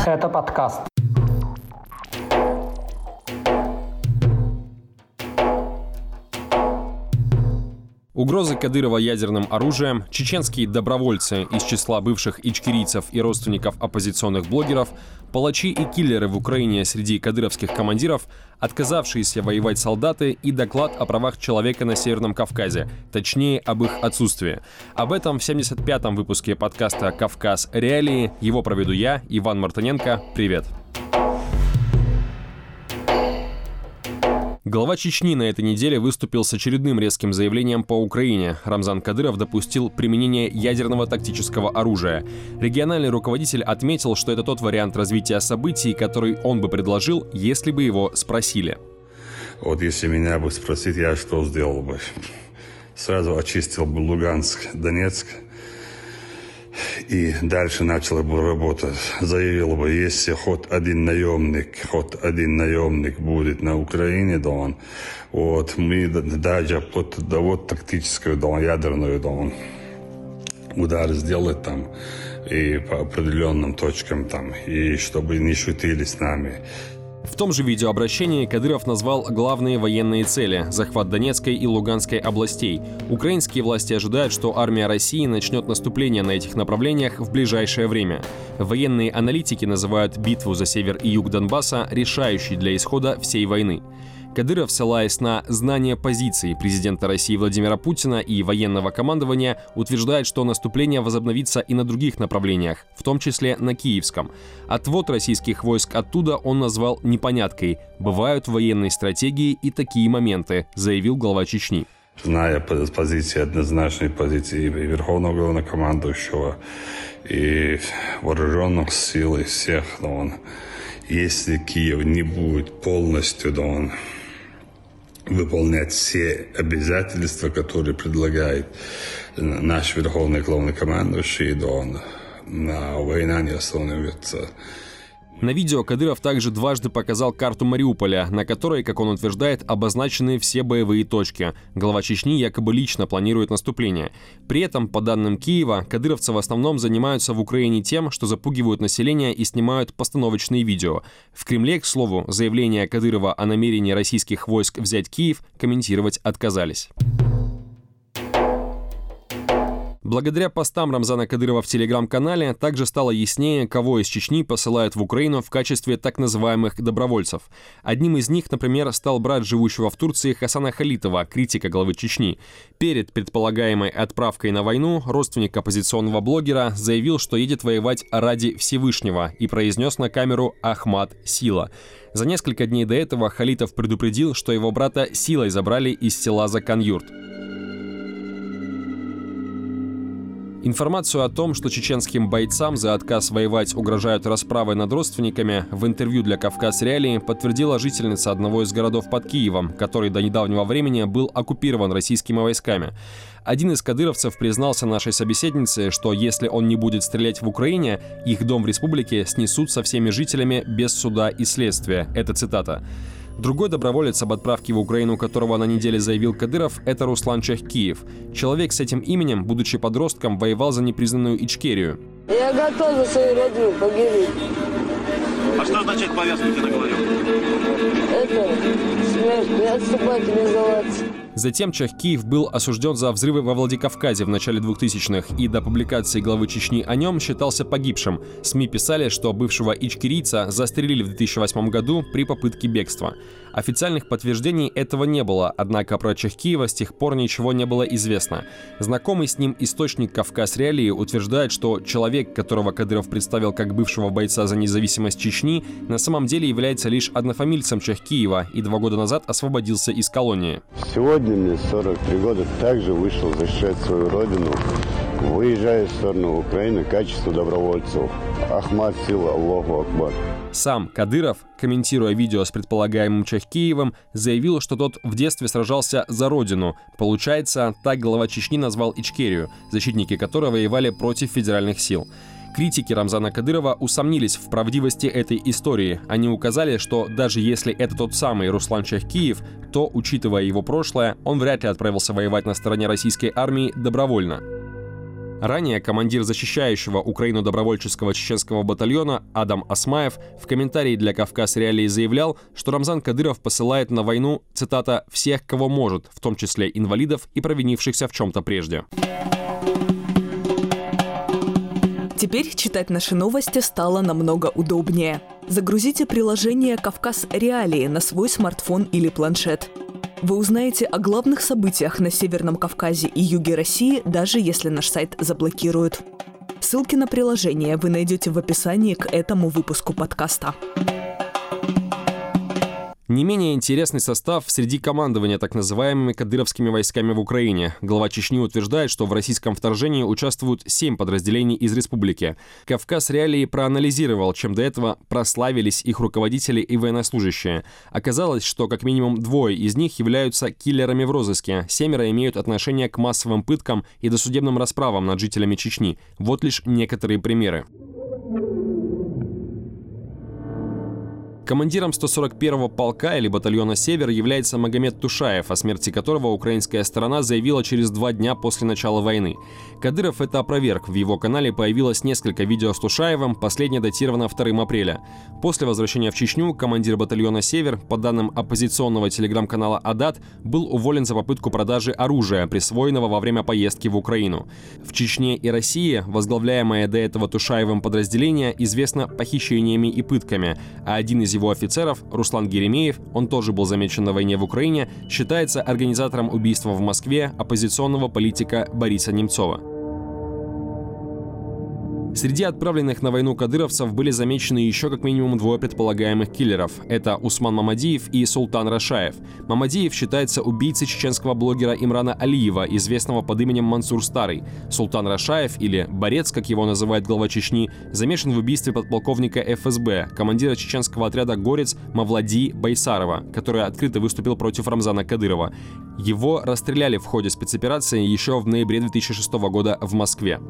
Это подкаст. Угрозы Кадырова ядерным оружием, чеченские добровольцы из числа бывших ичкерийцев и родственников оппозиционных блогеров, палачи и киллеры в Украине среди кадыровских командиров, отказавшиеся воевать солдаты и доклад о правах человека на Северном Кавказе, точнее, об их отсутствии. Об этом в 75-м выпуске подкаста «Кавказ. Реалии». Его проведу я, Иван Мартыненко. Привет! Глава Чечни на этой неделе выступил с очередным резким заявлением по Украине. Рамзан Кадыров допустил применение ядерного тактического оружия. Региональный руководитель отметил, что это тот вариант развития событий, который он бы предложил, если бы его спросили. Вот если меня бы спросить, я что сделал бы? Сразу очистил бы Луганск, Донецк. И дальше начала бы работать. Заявил бы, если хоть один наемник будет на Украине, да он, вот, мы даже под тактическую, да, ядерную, да, он, удар сделать там и по определенным точкам там, и чтобы не шутили с нами. В том же видеообращении Кадыров назвал главные военные цели – захват Донецкой и Луганской областей. Украинские власти ожидают, что армия России начнет наступление на этих направлениях в ближайшее время. Военные аналитики называют битву за север и юг Донбасса решающей для исхода всей войны. Кадыров, ссылаясь на знание позиции президента России Владимира Путина и военного командования, утверждает, что наступление возобновится и на других направлениях, в том числе на Киевском. Отвод российских войск оттуда он назвал непоняткой. Бывают в военной стратегии и такие моменты, заявил глава Чечни. Зная позиции, однозначной позиции и Верховного Главнокомандующего, и вооруженных сил, и всех, да он, если Киев не будет полностью, да он, выполнять все обязательства, которые предлагает наш Верховный Главнокомандующий, да он, война не остановится. На видео Кадыров также дважды показал карту Мариуполя, на которой, как он утверждает, обозначены все боевые точки. Глава Чечни якобы лично планирует наступление. При этом, по данным Киева, кадыровцы в основном занимаются в Украине тем, что запугивают население и снимают постановочные видео. В Кремле, к слову, заявление Кадырова о намерении российских войск взять Киев комментировать отказались. Благодаря постам Рамзана Кадырова в телеграм-канале также стало яснее, кого из Чечни посылают в Украину в качестве так называемых добровольцев. Одним из них, например, стал брат живущего в Турции Хасана Халитова, критика главы Чечни. Перед предполагаемой отправкой на войну родственник оппозиционного блогера заявил, что едет воевать ради Всевышнего и произнес на камеру «Ахмат – сила». За несколько дней до этого Халитов предупредил, что его брата силой забрали из села Закан-Юрт. Информацию о том, что чеченским бойцам за отказ воевать угрожают расправой над родственниками, в интервью для «Кавказ. Реалии» подтвердила жительница одного из городов под Киевом, который до недавнего времени был оккупирован российскими войсками. Один из кадыровцев признался нашей собеседнице, что если он не будет стрелять в Украине, их дом в республике снесут со всеми жителями без суда и следствия. Это цитата. Другой доброволец, об отправке в Украину которого на неделе заявил Кадыров, это Руслан Чахкиев. Человек с этим именем, будучи подростком, воевал за непризнанную Ичкерию. Я готов за свою родину погибнуть. А что означает повязка на голове? Это смерть, не отступать и не сдаваться. Затем Чахкиев был осужден за взрывы во Владикавказе в начале 2000-х и до публикации главы Чечни о нем считался погибшим. СМИ писали, что бывшего ичкерийца застрелили в 2008 году при попытке бегства. Официальных подтверждений этого не было, однако про Чахкиева с тех пор ничего не было известно. Знакомый с ним источник «Кавказ. Реалии» утверждает, что человек, которого Кадыров представил как бывшего бойца за независимость Чечни, на самом деле является лишь однофамильцем Чахкиева и 2 года назад освободился из колонии. Сегодня мне 43 года, также вышел защищать свою родину, выезжая в сторону Украины в качестве добровольцев. Ахмат – сила, Аллаху Акбар. Сам Кадыров, комментируя видео с предполагаемым Чахкиевым, заявил, что тот в детстве сражался за родину. Получается, так глава Чечни назвал Ичкерию, защитники которой воевали против федеральных сил. Критики Рамзана Кадырова усомнились в правдивости этой истории. Они указали, что даже если это тот самый Руслан Чахкиев, то, учитывая его прошлое, он вряд ли отправился воевать на стороне российской армии добровольно. Ранее командир защищающего Украину добровольческого чеченского батальона Адам Осмаев в комментарии для «Кавказ Реалии» заявлял, что Рамзан Кадыров посылает на войну, цитата, «всех, кого может, в том числе инвалидов и провинившихся в чем-то прежде». Теперь читать наши новости стало намного удобнее. Загрузите приложение «Кавказ Реалии» на свой смартфон или планшет. Вы узнаете о главных событиях на Северном Кавказе и юге России, даже если наш сайт заблокируют. Ссылки на приложение вы найдете в описании к этому выпуску подкаста. Не менее интересный состав среди командования так называемыми кадыровскими войсками в Украине. Глава Чечни утверждает, что в российском вторжении участвуют 7 подразделений из республики. «Кавказ Реалии» проанализировал, чем до этого прославились их руководители и военнослужащие. Оказалось, что как минимум 2 из них являются киллерами в розыске, 7 имеют отношение к массовым пыткам и досудебным расправам над жителями Чечни. Вот лишь некоторые примеры. Командиром 141-го полка или батальона «Север» является Магомед Тушаев, о смерти которого украинская сторона заявила через 2 дня после начала войны. Кадыров это опроверг. В его канале появилось несколько видео с Тушаевым, последнее датировано 2 апреля. После возвращения в Чечню командир батальона «Север», по данным оппозиционного телеграм-канала «Адат», был уволен за попытку продажи оружия, присвоенного во время поездки в Украину. В Чечне и России возглавляемое до этого Тушаевым подразделение известно похищениями и пытками, а один из его офицеров, Руслан Геремеев, он тоже был замечен на войне в Украине, считается организатором убийства в Москве оппозиционного политика Бориса Немцова. Среди отправленных на войну кадыровцев были замечены еще как минимум 2 предполагаемых киллеров. Это Усман Мамадиев и Султан Рашаев. Мамадиев считается убийцей чеченского блогера Имрана Алиева, известного под именем Мансур Старый. Султан Рашаев, или Борец, как его называет глава Чечни, замешан в убийстве подполковника ФСБ, командира чеченского отряда «Горец» Мавлади Байсарова, который открыто выступил против Рамзана Кадырова. Его расстреляли в ходе спецоперации еще в ноябре 2006 года в Москве.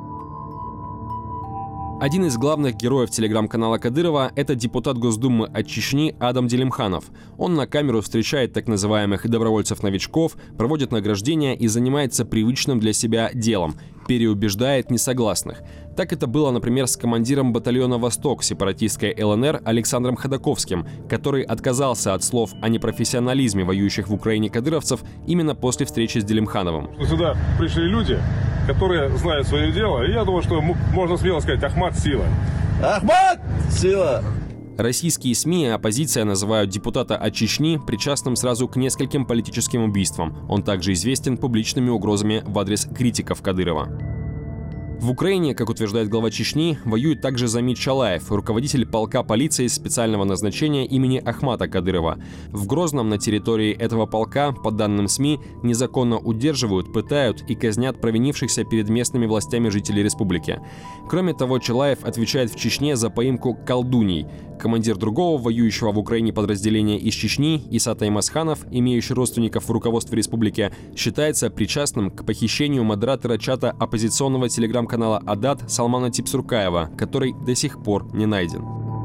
Один из главных героев телеграм-канала Кадырова – это депутат Госдумы от Чечни Адам Делимханов. Он на камеру встречает так называемых добровольцев-новичков, проводит награждения и занимается привычным для себя делом – переубеждает несогласных. Так это было, например, с командиром батальона «Восток» сепаратистской ЛНР Александром Ходаковским, который отказался от слов о непрофессионализме воюющих в Украине кадыровцев именно после встречи с Делимхановым. Сюда пришли люди, которые знают свое дело, и я думаю, что можно смело сказать: Ахмат – сила. Ахмат – сила! Российские СМИ и оппозиция называют депутата от Чечни причастным сразу к нескольким политическим убийствам. Он также известен публичными угрозами в адрес критиков Кадырова. В Украине, как утверждает глава Чечни, воюет также Замит Чалаев, руководитель полка полиции специального назначения имени Ахмата Кадырова. В Грозном на территории этого полка, по данным СМИ, незаконно удерживают, пытают и казнят провинившихся перед местными властями жителей республики. Кроме того, Чалаев отвечает в Чечне за поимку колдуней. Командир другого воюющего в Украине подразделения из Чечни, Исат Аймасханов, имеющий родственников в руководстве республики, считается причастным к похищению модератора чата оппозиционного телеграм-канала «Адат» Салмана Типсуркаева, который до сих пор не найден.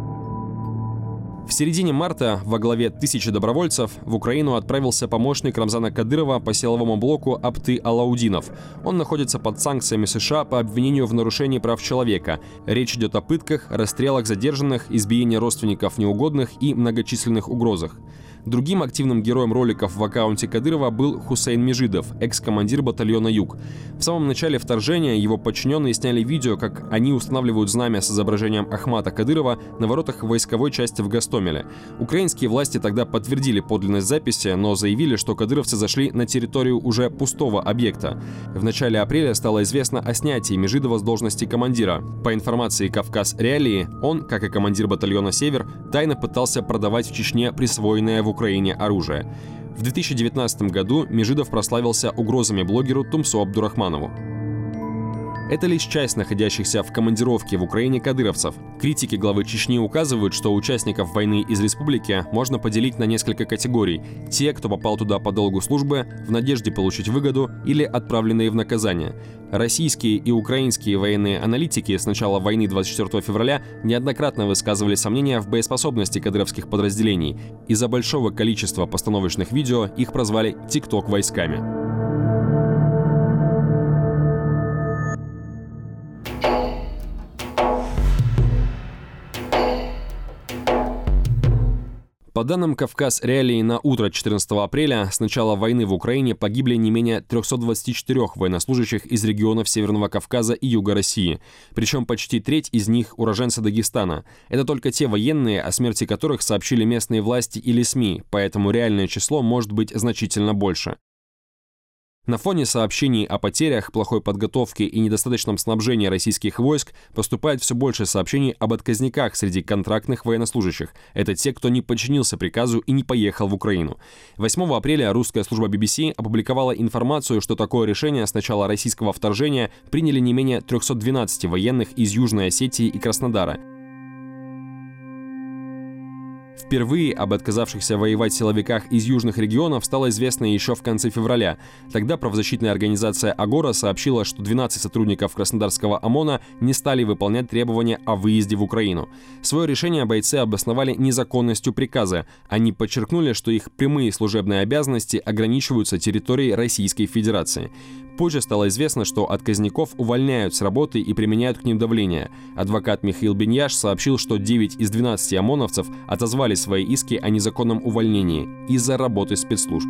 В середине марта во главе 1000 добровольцев в Украину отправился помощник Рамзана Кадырова по силовому блоку Апты Алаудинов. Он находится под санкциями США по обвинению в нарушении прав человека. Речь идет о пытках, расстрелах задержанных, избиении родственников неугодных и многочисленных угрозах. Другим активным героем роликов в аккаунте Кадырова был Хусейн Межидов, экс-командир батальона «Юг». В самом начале вторжения его подчиненные сняли видео, как они устанавливают знамя с изображением Ахмата Кадырова на воротах войсковой части в Гостомеле. Украинские власти тогда подтвердили подлинность записи, но заявили, что кадыровцы зашли на территорию уже пустого объекта. В начале апреля стало известно о снятии Межидова с должности командира. По информации «Кавказ Реалии», он, как и командир батальона «Север», тайно пытался продавать в Чечне присвоенное в Украине оружие. В 2019 году Межидов прославился угрозами блогеру Тумсо Абдурахманову. Это лишь часть находящихся в командировке в Украине кадыровцев. Критики главы Чечни указывают, что участников войны из республики можно поделить на несколько категорий. Те, кто попал туда по долгу службы, в надежде получить выгоду, или отправленные в наказание. Российские и украинские военные аналитики с начала войны 24 февраля неоднократно высказывали сомнения в боеспособности кадыровских подразделений. Из-за большого количества постановочных видео их прозвали «ТикТок-войсками». По данным «Кавказ Реалии» на утро 14 апреля с начала войны в Украине погибли не менее 324 военнослужащих из регионов Северного Кавказа и Юга России. Причем почти треть из них – уроженцы Дагестана. Это только те военные, о смерти которых сообщили местные власти или СМИ, поэтому реальное число может быть значительно больше. На фоне сообщений о потерях, плохой подготовке и недостаточном снабжении российских войск поступает все больше сообщений об отказниках среди контрактных военнослужащих. Это те, кто не подчинился приказу и не поехал в Украину. 8 апреля русская служба BBC опубликовала информацию, что такое решение с начала российского вторжения приняли не менее 312 военных из Южной Осетии и Краснодара. Впервые об отказавшихся воевать силовиках из южных регионов стало известно еще в конце февраля. Тогда правозащитная организация «Агора» сообщила, что 12 сотрудников Краснодарского ОМОНа не стали выполнять требования о выезде в Украину. Свое решение бойцы обосновали незаконностью приказа. Они подчеркнули, что их прямые служебные обязанности ограничиваются территорией Российской Федерации. Позже стало известно, что отказников увольняют с работы и применяют к ним давление. Адвокат Михаил Беньяш сообщил, что 9 из 12 ОМОНовцев отозвали свои иски о незаконном увольнении из-за работы спецслужб.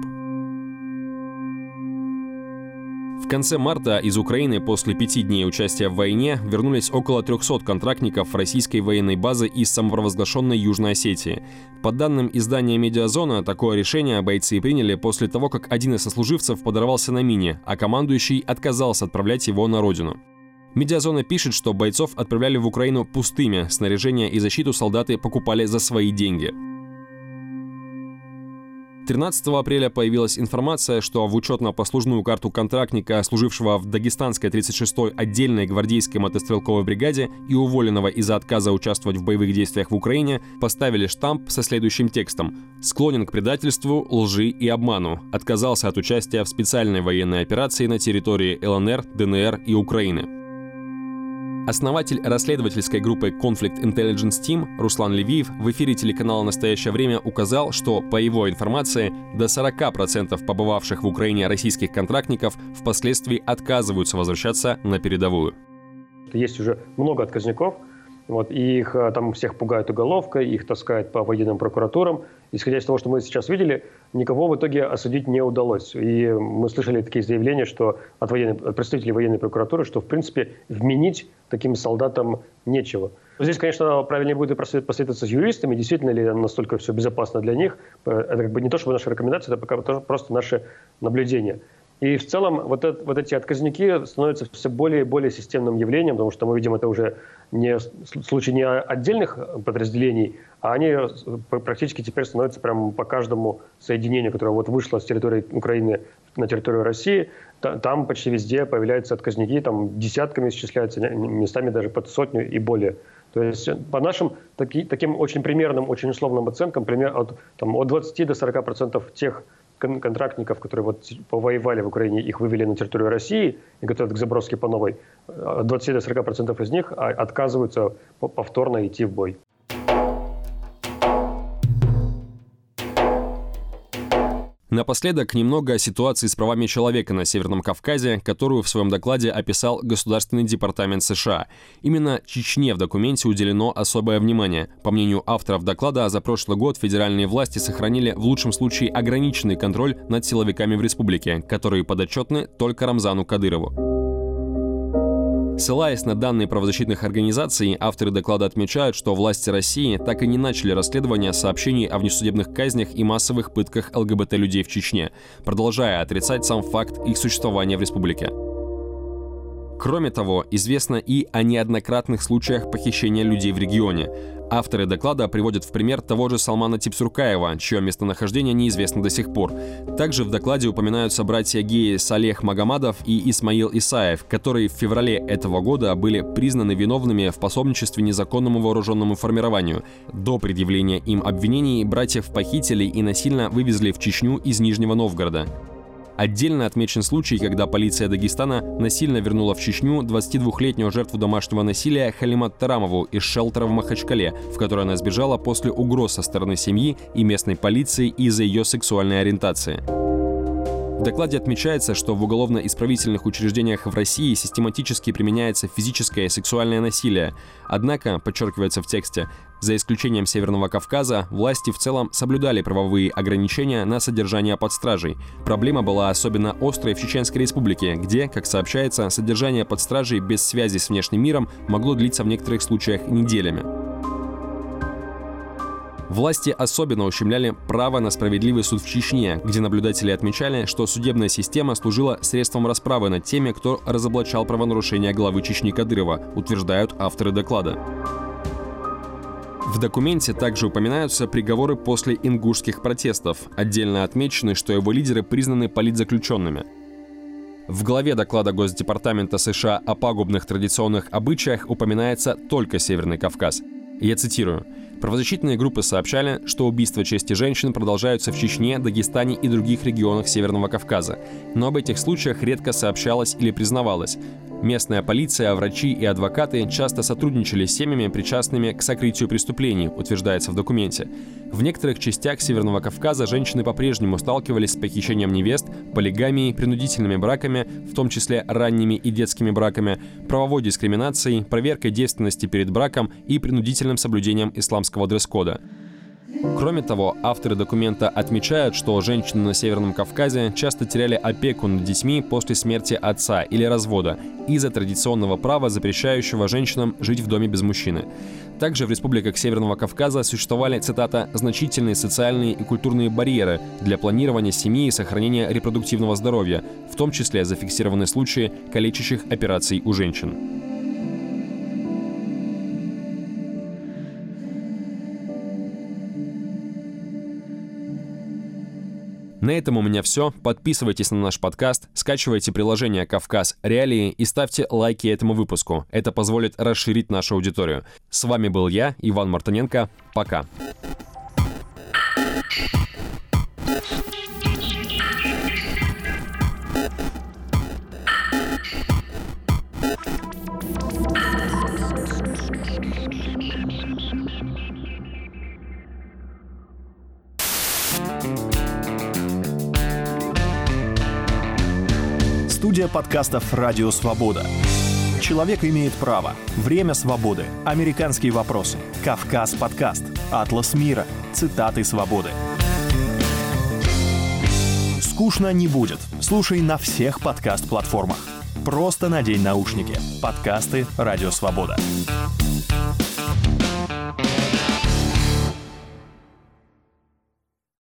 В конце марта из Украины после 5 дней участия в войне вернулись около 300 контрактников российской военной базы из самопровозглашенной Южной Осетии. По данным издания «Медиазона», такое решение бойцы приняли после того, как один из сослуживцев подорвался на мине, а командующий отказался отправлять его на родину. «Медиазона» пишет, что бойцов отправляли в Украину пустыми, снаряжение и защиту солдаты покупали за свои деньги. 13 апреля появилась информация, что в учетно-послужную карту контрактника, служившего в Дагестанской 36-й отдельной гвардейской мотострелковой бригаде и уволенного из-за отказа участвовать в боевых действиях в Украине, поставили штамп со следующим текстом: «Склонен к предательству, лжи и обману. Отказался от участия в специальной военной операции на территории ЛНР, ДНР и Украины». Основатель расследовательской группы Conflict Intelligence Team Руслан Левиев в эфире телеканала «Настоящее время» указал, что, по его информации, до 40% побывавших в Украине российских контрактников впоследствии отказываются возвращаться на передовую. Есть уже много отказников, и их там всех пугают уголовкой, их таскают по военным прокуратурам. Исходя из того, что мы сейчас видели, никого в итоге осудить не удалось. И мы слышали такие заявления, что от представителей военной прокуратуры, что в принципе вменить таким солдатам нечего. Здесь, конечно, правильнее будет посоветоваться с юристами, действительно ли настолько все безопасно для них. Это не то, чтобы наши рекомендации, это пока просто наши наблюдения. И в целом вот эти отказники становятся все более и более системным явлением, потому что мы видим это уже не случай не отдельных подразделений, а они практически теперь становятся прямо по каждому соединению, которое вышло с территории Украины на территорию России. Там почти везде появляются отказники, там десятками исчисляются, местами даже под сотню и более. То есть по нашим таким очень примерным, очень условным оценкам, от 20 до 40% тех контрактников, которые повоевали в Украине, их вывели на территорию России и готовят к заброске по новой, от 20 до 40% из них отказываются повторно идти в бой. Напоследок немного о ситуации с правами человека на Северном Кавказе, которую в своем докладе описал Государственный департамент США. Именно Чечне в документе уделено особое внимание. По мнению авторов доклада, за прошлый год федеральные власти сохранили в лучшем случае ограниченный контроль над силовиками в республике, которые подотчетны только Рамзану Кадырову. Ссылаясь на данные правозащитных организаций, авторы доклада отмечают, что власти России так и не начали расследование сообщений о внесудебных казнях и массовых пытках ЛГБТ-людей в Чечне, продолжая отрицать сам факт их существования в республике. Кроме того, известно и о неоднократных случаях похищения людей в регионе. Авторы доклада приводят в пример того же Салмана Типсуркаева, чье местонахождение неизвестно до сих пор. Также в докладе упоминаются братья-геи Салех Магомадов и Исмаил Исаев, которые в феврале этого года были признаны виновными в пособничестве незаконному вооруженному формированию. До предъявления им обвинений братьев похитили и насильно вывезли в Чечню из Нижнего Новгорода. Отдельно отмечен случай, когда полиция Дагестана насильно вернула в Чечню 22-летнюю жертву домашнего насилия Халимат Тарамову из шелтера в Махачкале, в которой она сбежала после угроз со стороны семьи и местной полиции из-за ее сексуальной ориентации. В докладе отмечается, что в уголовно-исправительных учреждениях в России систематически применяется физическое и сексуальное насилие. Однако, подчеркивается в тексте, за исключением Северного Кавказа, власти в целом соблюдали правовые ограничения на содержание под стражей. Проблема была особенно острой в Чеченской Республике, где, как сообщается, содержание под стражей без связи с внешним миром могло длиться в некоторых случаях неделями. Власти особенно ущемляли право на справедливый суд в Чечне, где наблюдатели отмечали, что судебная система служила средством расправы над теми, кто разоблачал правонарушения главы Чечни Кадырова, утверждают авторы доклада. В документе также упоминаются приговоры после ингушских протестов. Отдельно отмечено, что его лидеры признаны политзаключенными. В главе доклада Госдепартамента США о пагубных традиционных обычаях упоминается только Северный Кавказ. Я цитирую. Правозащитные группы сообщали, что убийства чести женщин продолжаются в Чечне, Дагестане и других регионах Северного Кавказа. Но об этих случаях редко сообщалось или признавалось. Местная полиция, врачи и адвокаты часто сотрудничали с семьями, причастными к сокрытию преступлений, утверждается в документе. В некоторых частях Северного Кавказа женщины по-прежнему сталкивались с похищением невест, полигамией, принудительными браками, в том числе ранними и детскими браками, правовой дискриминацией, проверкой девственности перед браком и принудительным соблюдением исламского дресс-кода. Кроме того, авторы документа отмечают, что женщины на Северном Кавказе часто теряли опеку над детьми после смерти отца или развода из-за традиционного права, запрещающего женщинам жить в доме без мужчины. Также в республиках Северного Кавказа существовали, цитата, «значительные социальные и культурные барьеры для планирования семьи и сохранения репродуктивного здоровья, в том числе зафиксированы случаи калечащих операций у женщин». На этом у меня все. Подписывайтесь на наш подкаст, скачивайте приложение «Кавказ Реалии» и ставьте лайки этому выпуску. Это позволит расширить нашу аудиторию. С вами был я, Иван Мартыненко. Пока. Студия подкастов «Радио Свобода». Человек имеет право. Время свободы. Американские вопросы. Кавказ подкаст. Атлас мира. Цитаты свободы. Скучно не будет. Слушай на всех подкаст-платформах. Просто надень наушники. Подкасты «Радио Свобода».